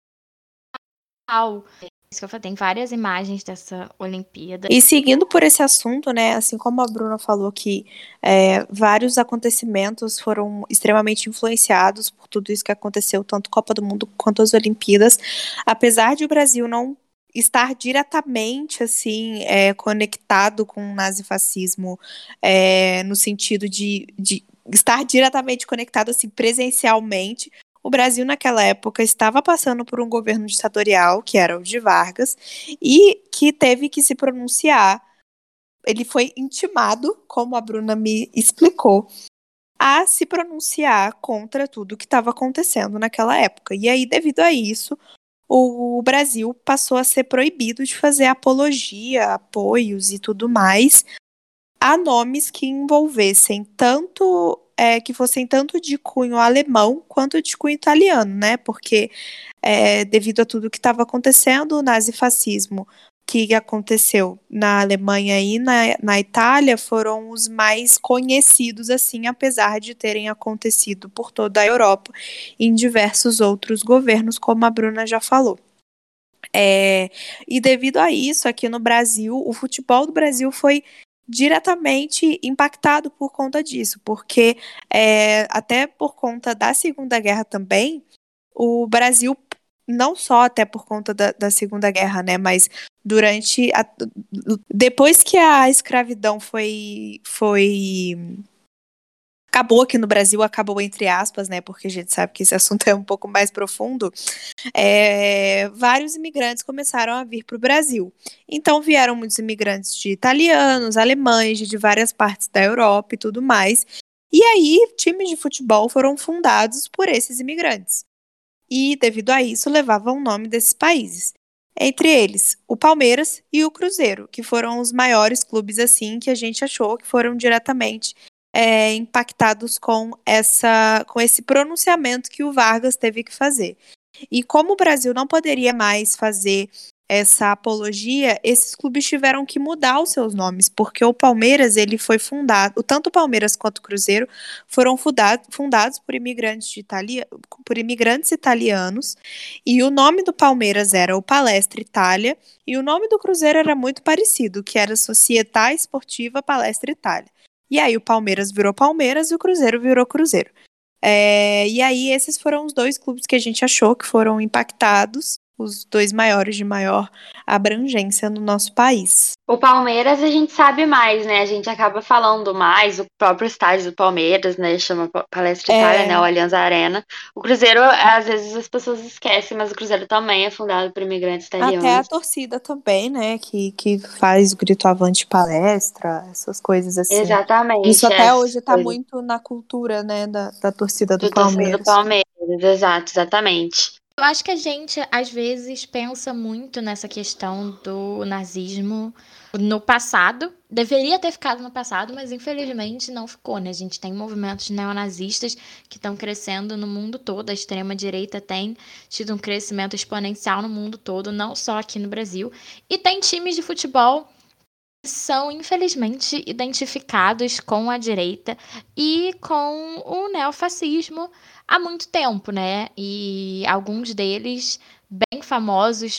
Isso que eu falei, tem várias imagens dessa Olimpíada. E seguindo por esse assunto, né, assim como a Bruna falou que vários acontecimentos foram extremamente influenciados por tudo isso que aconteceu, tanto Copa do Mundo quanto as Olimpíadas, apesar de o Brasil não estar diretamente assim conectado com o nazifascismo, no sentido de estar diretamente conectado assim presencialmente. O Brasil, naquela época, estava passando por um governo ditatorial, que era o de Vargas, e que teve que se pronunciar. Ele foi intimado, como a Bruna me explicou, a se pronunciar contra tudo que estava acontecendo naquela época. E aí, devido a isso, o Brasil passou a ser proibido de fazer apologia, apoios e tudo mais a nomes que envolvessem tanto que fossem tanto de cunho alemão quanto de cunho italiano, né? Porque devido a tudo que estava acontecendo, o nazifascismo que aconteceu na Alemanha e na Itália foram os mais conhecidos, assim, apesar de terem acontecido por toda a Europa em diversos outros governos, como a Bruna já falou. E devido a isso, aqui no Brasil, o futebol do Brasil foi diretamente impactado por conta disso, porque até por conta da Segunda Guerra também, o Brasil, não só até por conta da Segunda Guerra, né, mas depois que a escravidão acabou aqui no Brasil, acabou entre aspas, né, porque a gente sabe que esse assunto é um pouco mais profundo, vários imigrantes começaram a vir para o Brasil. Então vieram muitos imigrantes de italianos, alemães, de várias partes da Europa e tudo mais. E aí, times de futebol foram fundados por esses imigrantes. E, devido a isso, levavam o nome desses países. Entre eles, o Palmeiras e o Cruzeiro, que foram os maiores clubes, assim, que a gente achou que foram diretamente impactados com esse pronunciamento que o Vargas teve que fazer. E como o Brasil não poderia mais fazer essa apologia, esses clubes tiveram que mudar os seus nomes, porque o Palmeiras, ele foi fundado, tanto o Palmeiras quanto o Cruzeiro foram fundados por imigrantes italianos, e o nome do Palmeiras era o Palestra Itália, e o nome do Cruzeiro era muito parecido, que era Società Sportiva Palestra Itália. E aí o Palmeiras virou Palmeiras e o Cruzeiro virou Cruzeiro. E aí esses foram os dois clubes que a gente achou que foram impactados, os dois maiores de maior abrangência no nosso país. O Palmeiras a gente sabe mais, né? A gente acaba falando mais, o próprio estádio do Palmeiras, né? Chama Palestra Itália, né? O Allianz Arena. O Cruzeiro, às vezes as pessoas esquecem, mas o Cruzeiro também é fundado por imigrantes Até a italianos. torcida também, né? Que faz o grito avante palestra, essas coisas assim. Exatamente. Isso até hoje tá coisas muito na cultura, né? Da torcida do do torcedor do Palmeiras. Palmeiras. Exato, exatamente. Eu acho que a gente, às vezes, pensa muito nessa questão do nazismo no passado. Deveria ter ficado no passado, mas infelizmente não ficou, né? A gente tem movimentos neonazistas que estão crescendo no mundo todo. A extrema-direita tem tido um crescimento exponencial no mundo todo, não só aqui no Brasil. E tem times de futebol que são, infelizmente, identificados com a direita e com o neofascismo há muito tempo, né? E alguns deles bem famosos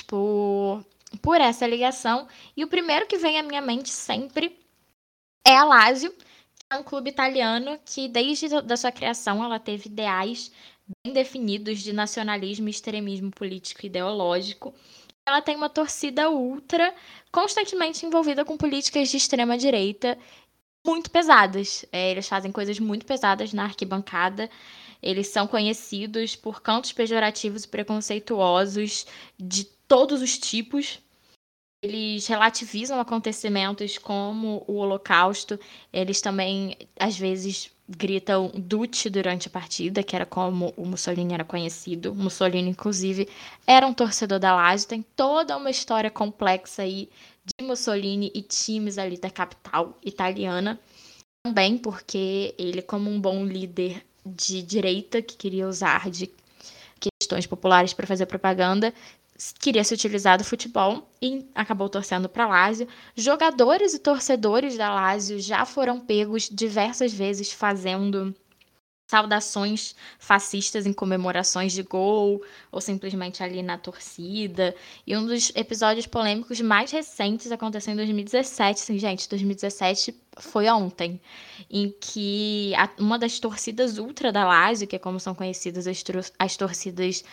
por essa ligação. E o primeiro que vem à minha mente sempre é a Lazio, que é um clube italiano que, desde a sua criação, ela teve ideais bem definidos de nacionalismo e extremismo político e ideológico. Ela tem uma torcida ultra, constantemente envolvida com políticas de extrema-direita muito pesadas. Eles fazem coisas muito pesadas na arquibancada. Eles são conhecidos por cantos pejorativos e preconceituosos de todos os tipos. Eles relativizam acontecimentos como o Holocausto. Eles também, às vezes, gritam Duce durante a partida, que era como o Mussolini era conhecido. O Mussolini, inclusive, era um torcedor da Lazio. Tem toda uma história complexa aí de Mussolini e times ali da capital italiana. Também porque ele, como um bom líder de direita, que queria usar de questões populares para fazer propaganda, queria se utilizar do futebol e acabou torcendo para a Lazio. Jogadores e torcedores da Lazio já foram pegos diversas vezes fazendo saudações fascistas em comemorações de gol ou simplesmente ali na torcida. E um dos episódios polêmicos mais recentes aconteceu em 2017. Assim, gente, 2017 foi ontem, em que uma das torcidas ultra da Lazio, que é como são conhecidas as torcidas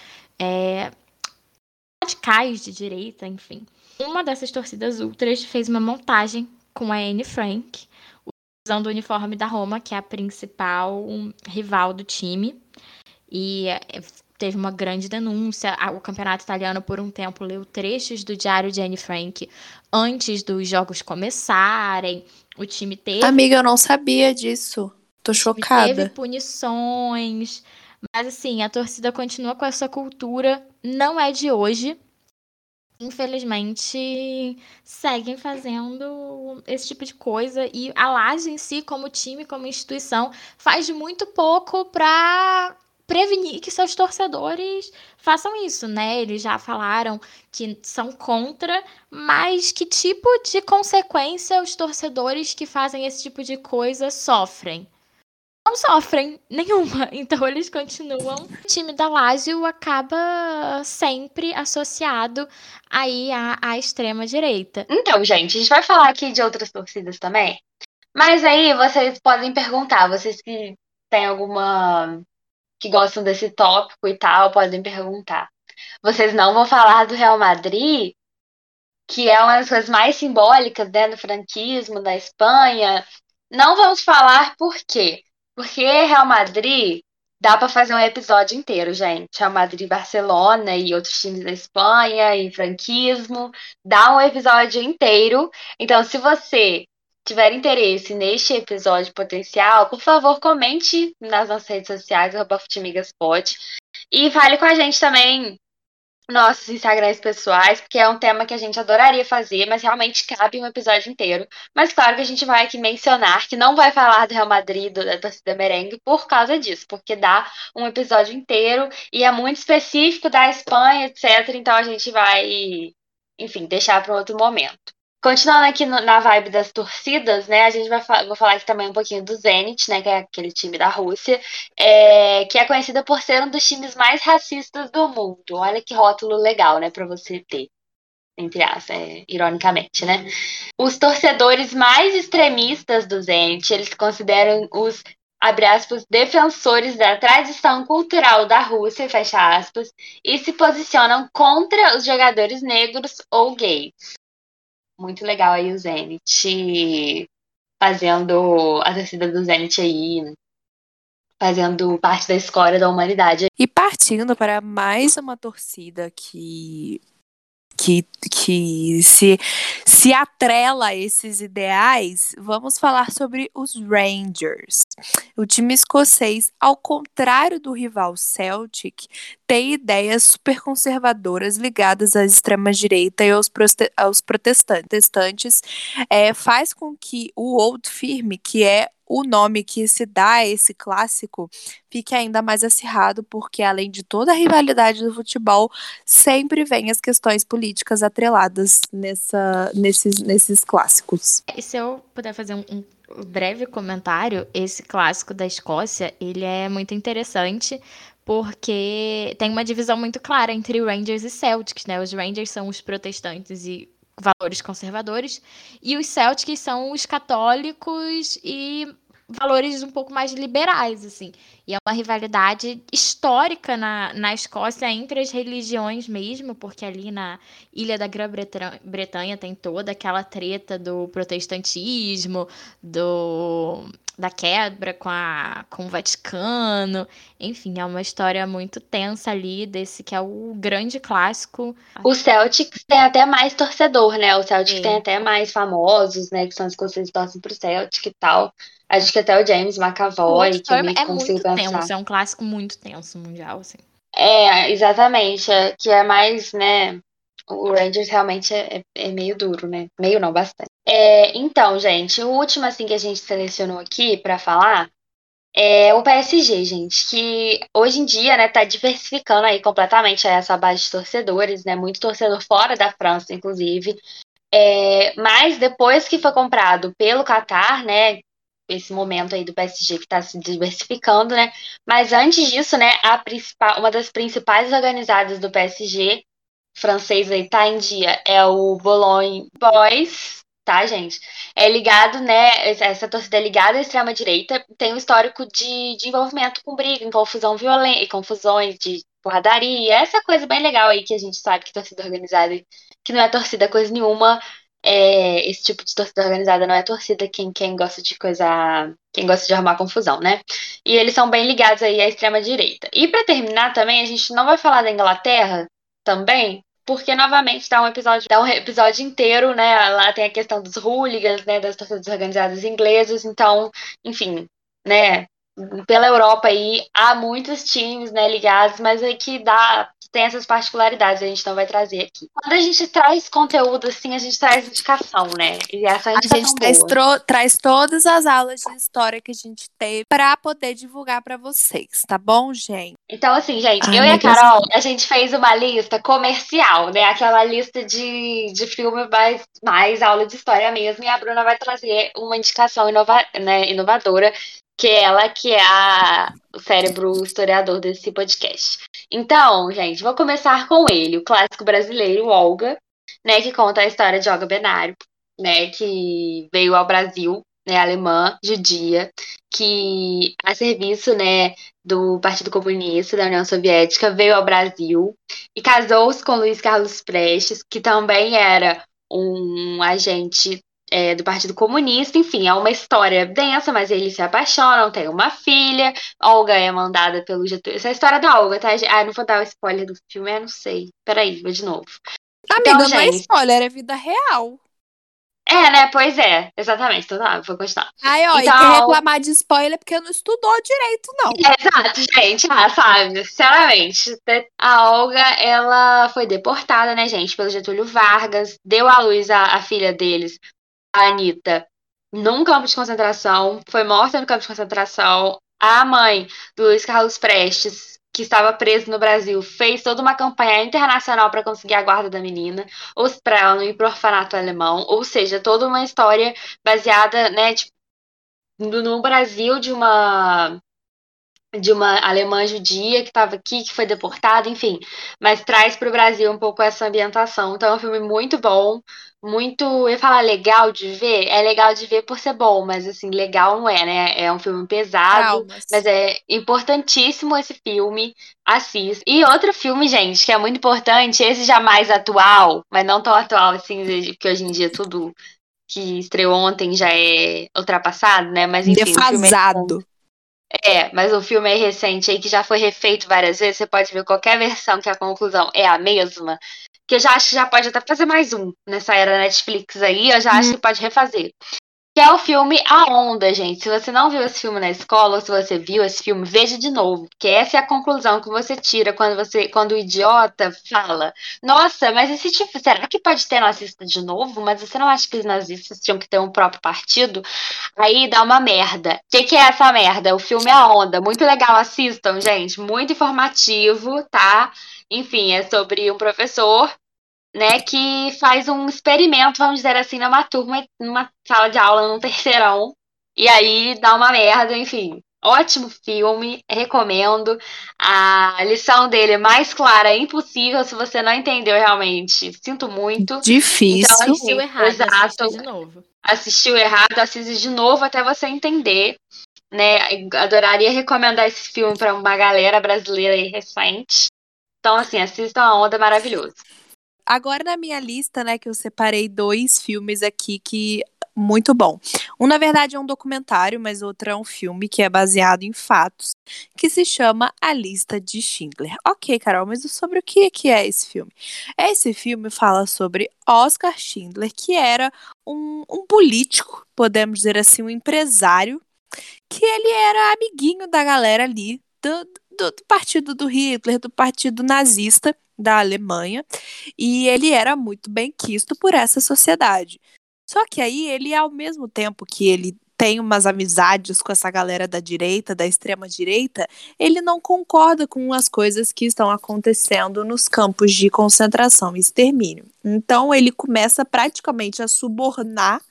radicais de direita, enfim. Uma dessas torcidas ultras fez uma montagem com a Anne Frank, usando o uniforme da Roma, que é a principal rival do time. E teve uma grande denúncia. O campeonato italiano, por um tempo, leu trechos do diário de Anne Frank antes dos jogos começarem. O time teve... Amiga, eu não sabia disso. Tô chocada. Teve punições. Mas, assim, a torcida continua com essa cultura. Não é de hoje. Infelizmente, seguem fazendo esse tipo de coisa. E a Lazio em si, como time, como instituição, faz muito pouco para prevenir que seus torcedores façam isso, né? Eles já falaram que são contra, mas que tipo de consequência os torcedores que fazem esse tipo de coisa sofrem? Não sofrem nenhuma, então eles continuam. O time da Lazio acaba sempre associado aí à extrema-direita. Então, gente, a gente vai falar aqui de outras torcidas também. Mas aí vocês podem perguntar, vocês que têm alguma... que gostam desse tópico e tal, podem perguntar. Vocês não vão falar do Real Madrid, que é uma das coisas mais simbólicas, né, do franquismo, da Espanha. Não vamos falar por quê? Porque Real Madrid dá para fazer um episódio inteiro, gente. Real Madrid, Barcelona e outros times da Espanha e franquismo. Dá um episódio inteiro. Então, se você tiver interesse neste episódio potencial, por favor, comente nas nossas redes sociais, @Futimigaspod. E fale com a gente também nossos Instagrams pessoais, porque é um tema que a gente adoraria fazer, mas realmente cabe um episódio inteiro. Mas claro que a gente vai aqui mencionar que não vai falar do Real Madrid, da torcida merengue, por causa disso, porque dá um episódio inteiro e é muito específico da Espanha, etc. Então a gente vai, enfim, deixar para outro momento. Continuando aqui na vibe das torcidas, né? A gente vou falar aqui também um pouquinho do Zenit, né? Que é aquele time da Rússia, que é conhecida por ser um dos times mais racistas do mundo. Olha que rótulo legal, né? Para você ter, entre aspas, ironicamente, né? Os torcedores mais extremistas do Zenit, eles consideram os abre aspas, defensores da tradição cultural da Rússia, fecha aspas, e se posicionam contra os jogadores negros ou gays. Muito legal aí o Zenit fazendo a torcida do Zenit aí, fazendo parte da escória da humanidade. E partindo para mais uma torcida que se atrela a esses ideais, vamos falar sobre os Rangers. O time escocês, ao contrário do rival Celtic, tem ideias super conservadoras ligadas à extrema-direita e aos protestantes, faz com que o Old Firm, que é o nome que se dá a esse clássico, fique ainda mais acirrado, porque além de toda a rivalidade do futebol, sempre vem as questões políticas atreladas nesses clássicos. E se eu puder fazer um breve comentário, esse clássico da Escócia, ele é muito interessante, porque tem uma divisão muito clara entre Rangers e Celtics, né? Os Rangers são os protestantes e valores conservadores, e os Celtics são os católicos e valores um pouco mais liberais, assim. E é uma rivalidade histórica na Escócia entre as religiões mesmo, porque ali na Ilha da Grã-Bretanha tem toda aquela treta do protestantismo, da quebra com o Vaticano. Enfim, é uma história muito tensa ali, desse que é o grande clássico. O Celtics tem até mais torcedor, né? O Celtic tem até mais famosos, né? Que são os escoceses que torcem pro Celtic e tal. Acho que até o James McAvoy, que eu meio que consigo muito pensar. tenso, é um clássico muito tenso mundial, assim. Exatamente. Que é mais, né? O Rangers realmente é meio duro, né? Meio não, bastante. Então, gente, o último assim que a gente selecionou aqui pra falar é o PSG, gente, que hoje em dia, né, tá diversificando aí completamente essa base de torcedores, né? Muito torcedor fora da França, inclusive. Mas depois que foi comprado pelo Qatar, né? Esse momento aí do PSG que está se diversificando, né? Mas antes disso, né? Uma das principais organizadas do PSG, francês aí tá em dia, é o Boulogne Boys, tá, gente? É ligado, né? Essa torcida é ligada à extrema-direita, tem um histórico de envolvimento com briga, em confusão violenta, confusões de porradaria, essa coisa bem legal aí que a gente sabe que torcida organizada, que não é torcida coisa nenhuma, esse tipo de torcida organizada não é torcida, quem gosta de quem gosta de arrumar confusão, né? E eles são bem ligados aí à extrema-direita. E para terminar também, a gente não vai falar da Inglaterra também, porque novamente dá um episódio inteiro, né? Lá tem a questão dos hooligans, né? Das torcidas organizadas inglesas, então, enfim, né? Pela Europa aí há muitos times, né, ligados, mas é que tem essas particularidades, a gente não vai trazer aqui. Quando a gente traz conteúdo assim, a gente traz indicação, né? E essa indicação A gente traz todas as aulas de história que a gente teve para poder divulgar para vocês, tá bom, gente? Então, assim, gente, eu e a Carol, a gente fez uma lista comercial, né? Aquela lista de filme mais aula de história mesmo. E a Bruna vai trazer uma indicação inovadora, que é ela que é o cérebro historiador desse podcast. Então, gente, vou começar com ele, o clássico brasileiro, Olga, né? Que conta a história de Olga Benário, né? Que veio ao Brasil, né? Alemã, judia, que a serviço, né? Do Partido Comunista da União Soviética, veio ao Brasil e casou-se com Luiz Carlos Prestes, que também era um agente do Partido Comunista. Enfim, é uma história densa, mas eles se apaixonam, tem uma filha, Olga é mandada pelo Getúlio. Essa é a história da Olga, tá? Não vou dar o spoiler do filme, eu não sei. Peraí, vou de novo. Amiga, então, não é spoiler, é vida real. Né? Pois é, exatamente. Então tá, vou continuar. Ai, ó, então, e quer reclamar de spoiler porque não estudou direito, não. Exato, gente. Sabe, sinceramente. A Olga, ela foi deportada, né, gente, pelo Getúlio Vargas, deu à luz a filha deles, a Anitta, num campo de concentração, foi morta no campo de concentração. A mãe do Luiz Carlos Prestes, que estava preso no Brasil, fez toda uma campanha internacional para conseguir a guarda da menina, ou para ela não ir pro orfanato alemão, ou seja, toda uma história baseada, né, tipo, no Brasil de uma alemã judia que estava aqui, que foi deportada, enfim, mas traz para o Brasil um pouco essa ambientação. Então é um filme muito bom, muito, eu ia falar legal de ver, é legal de ver por ser bom, mas assim, legal não é, né? É um filme pesado, Traumas. mas é importantíssimo esse filme, assista. E outro filme, gente, que é muito importante, esse já mais atual, mas não tão atual assim, que hoje em dia tudo que estreou ontem já é ultrapassado, né? Mas enfim, o filme Defasado. mas o filme é recente aí, que já foi refeito várias vezes, você pode ver qualquer versão que a conclusão é a mesma, que eu já acho que já pode até fazer mais um nessa era Netflix aí, eu já acho que pode refazer. Que é o filme A Onda, gente. Se você não viu esse filme na escola, ou se você viu esse filme, veja de novo. Porque essa é a conclusão que você tira quando o idiota fala: Nossa, mas esse tipo, será que pode ter nazista de novo? Mas você não acha que os nazistas tinham que ter um próprio partido? Aí dá uma merda. O que é essa merda? O filme A Onda. Muito legal, assistam, gente. Muito informativo, tá? Enfim, é sobre um professor, né, que faz um experimento, vamos dizer assim, numa turma, numa sala de aula, num terceirão, e aí dá uma merda, enfim. Ótimo filme, recomendo. A lição dele é mais clara é impossível se você não entendeu realmente. Sinto muito. Então, Difícil. Assistiu assim, errado, assista exato. de novo. Assistiu errado, assiste de novo até você entender, né? Adoraria recomendar esse filme para uma galera brasileira aí recente. Então, assim, assistam A Onda, maravilhoso. Agora na minha lista, né, que eu separei 2 filmes aqui que muito bom. Um, na verdade, é um documentário, mas outro é um filme que é baseado em fatos, que se chama A Lista de Schindler. Ok, Carol, mas sobre o que é esse filme? Esse filme fala sobre Oscar Schindler, que era um político, podemos dizer assim, um empresário, que ele era amiguinho da galera ali do partido do Hitler, do partido nazista da Alemanha, e ele era muito bem quisto por essa sociedade. Só que aí ele, ao mesmo tempo que ele tem umas amizades com essa galera da direita, da extrema direita, ele não concorda com as coisas que estão acontecendo nos campos de concentração e extermínio. Então ele começa praticamente a subornar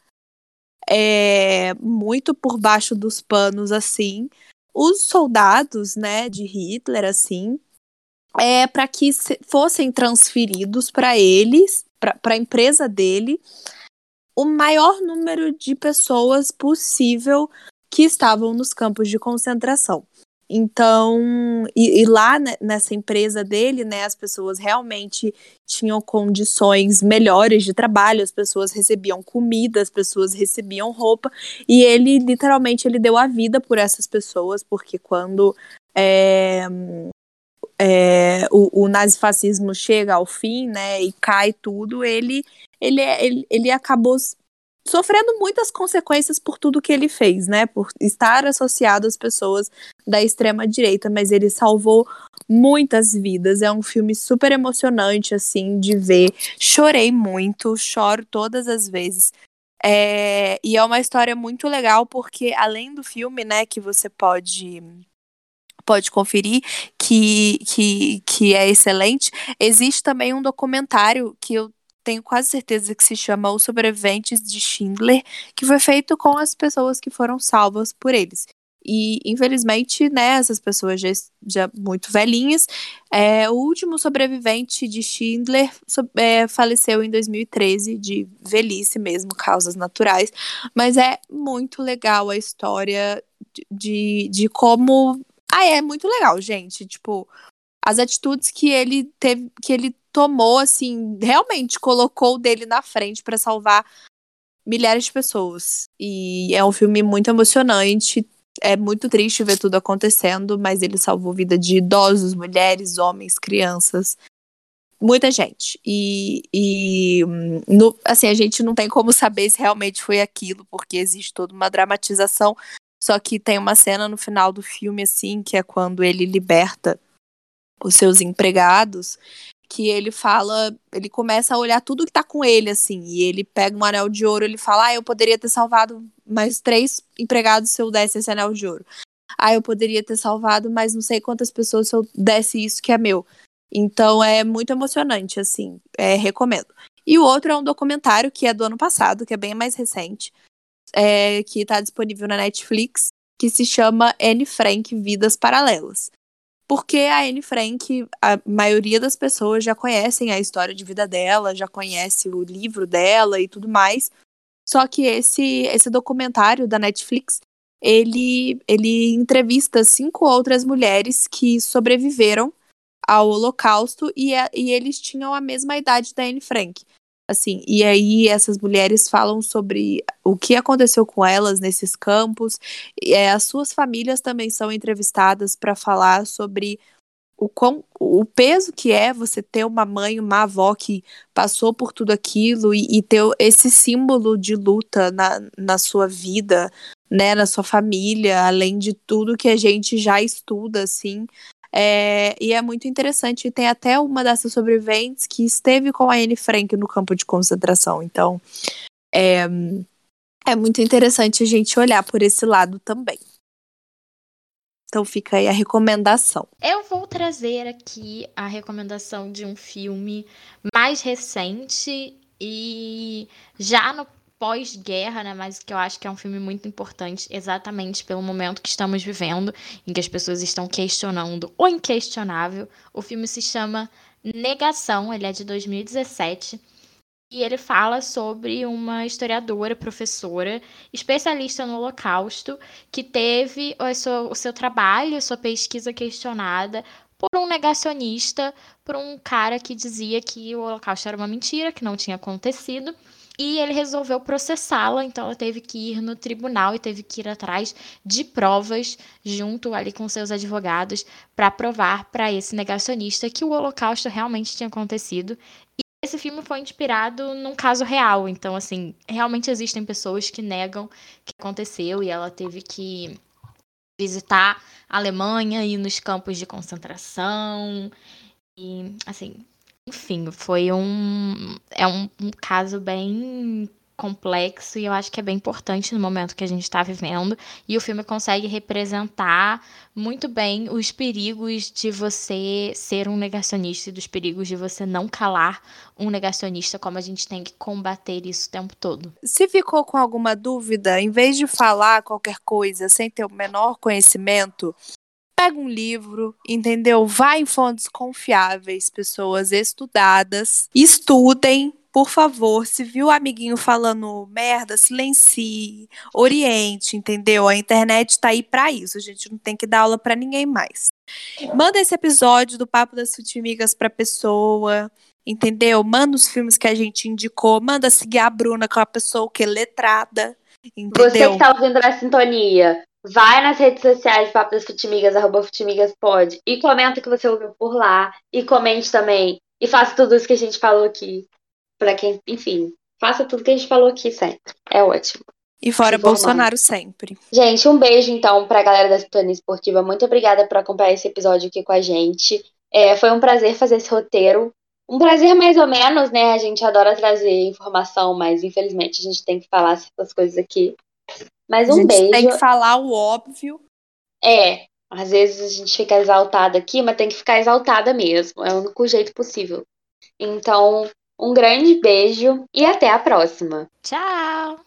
muito por baixo dos panos, assim, os soldados, né, de Hitler, assim, para que fossem transferidos para eles, para a empresa dele, o maior número de pessoas possível que estavam nos campos de concentração. Então, e lá nessa empresa dele, né, as pessoas realmente tinham condições melhores de trabalho, as pessoas recebiam comida, as pessoas recebiam roupa, e ele, literalmente, ele deu a vida por essas pessoas, porque quando o nazifascismo chega ao fim, né, e cai tudo, ele acabou sofrendo muitas consequências por tudo que ele fez, né, por estar associado às pessoas da extrema direita, mas ele salvou muitas vidas. É um filme super emocionante, assim, de ver. Chorei muito, choro todas as vezes. E é uma história muito legal porque além do filme, né, que você pode conferir, que é excelente. Existe também um documentário que eu tenho quase certeza que se chama Os Sobreviventes de Schindler, que foi feito com as pessoas que foram salvas por eles. E, infelizmente, né, essas pessoas já muito velhinhas, o último sobrevivente de Schindler faleceu em 2013, de velhice mesmo, causas naturais. Mas é muito legal a história de como é muito legal, gente. Tipo, as atitudes que ele teve, que ele tomou, assim, realmente colocou o dele na frente pra salvar milhares de pessoas. E é um filme muito emocionante. É muito triste ver tudo acontecendo, mas ele salvou a vida de idosos, mulheres, homens, crianças. Muita gente. Assim, a gente não tem como saber se realmente foi aquilo, porque existe toda uma dramatização. Só que tem uma cena no final do filme, assim, que é quando ele liberta os seus empregados, que ele começa a olhar tudo que tá com ele, assim, e ele pega um anel de ouro, ele fala, eu poderia ter salvado mais 3 empregados se eu desse esse anel de ouro. Eu poderia ter salvado mais não sei quantas pessoas se eu desse isso que é meu. Então é muito emocionante, assim, recomendo. E o outro é um documentário que é do ano passado, que é bem mais recente, que está disponível na Netflix, que se chama Anne Frank, Vidas Paralelas. porque a Anne Frank, a maioria das pessoas já conhecem a história de vida dela, já conhece o livro dela e tudo mais. Só que esse documentário da Netflix, ele entrevista 5 outras mulheres que sobreviveram ao Holocausto e eles tinham a mesma idade da Anne Frank. Assim, e aí essas mulheres falam sobre o que aconteceu com elas nesses campos. As suas famílias também são entrevistadas para falar sobre o peso que é você ter uma mãe, uma avó que passou por tudo aquilo e ter esse símbolo de luta na sua vida, né, na sua família, além de tudo que a gente já estuda, assim. E é muito interessante. Tem até uma dessas sobreviventes que esteve com a Anne Frank no campo de concentração. Então, é muito interessante a gente olhar por esse lado também. Então fica aí a recomendação. Eu vou trazer aqui a recomendação de um filme mais recente e já no pós-guerra, né? Mas que eu acho que é um filme muito importante exatamente pelo momento que estamos vivendo, em que as pessoas estão questionando o inquestionável. O filme se chama Negação, ele é de 2017. E ele fala sobre uma historiadora, professora, especialista no Holocausto, que teve o seu trabalho, a sua pesquisa questionada por um negacionista, por um cara que dizia que o Holocausto era uma mentira, que não tinha acontecido. E ele resolveu processá-la, então ela teve que ir no tribunal e teve que ir atrás de provas junto ali com seus advogados para provar para esse negacionista que o Holocausto realmente tinha acontecido. Esse filme foi inspirado num caso real, então, assim, realmente existem pessoas que negam que aconteceu e ela teve que visitar a Alemanha, ir nos campos de concentração e, assim, enfim, é um caso bem complexo e eu acho que é bem importante no momento que a gente está vivendo. E o filme consegue representar muito bem os perigos de você ser um negacionista e dos perigos de você não calar um negacionista, como a gente tem que combater isso o tempo todo. Se ficou com alguma dúvida, em vez de falar qualquer coisa sem ter o menor conhecimento, pega um livro, entendeu? Vai em fontes confiáveis, pessoas estudadas, estudem, por favor. Se viu o amiguinho falando merda, silencie, oriente, entendeu? A internet tá aí pra isso, a gente não tem que dar aula pra ninguém mais. Manda esse episódio do Papo das Futimigas pra pessoa, entendeu? Manda os filmes que a gente indicou, manda seguir a Bruna, que é uma pessoa que é letrada, entendeu? Você que tá ouvindo na sintonia, vai nas redes sociais, Papo das Futimigas, @futimigaspod, e comenta o que você ouviu por lá. E comente também. E faça tudo isso que a gente falou aqui. Pra quem, enfim, faça tudo que a gente falou aqui sempre. É ótimo. E fora Se formando. Bolsonaro sempre. Gente, um beijo então pra galera da Sintonia Esportiva. Muito obrigada por acompanhar esse episódio aqui com a gente. Foi um prazer fazer esse roteiro. Um prazer mais ou menos, né? A gente adora trazer informação, mas infelizmente a gente tem que falar essas coisas aqui. Mas um beijo. A gente tem que falar o óbvio. Às vezes a gente fica exaltada aqui, mas tem que ficar exaltada mesmo. É o único jeito possível. Então, um grande beijo e até a próxima. Tchau!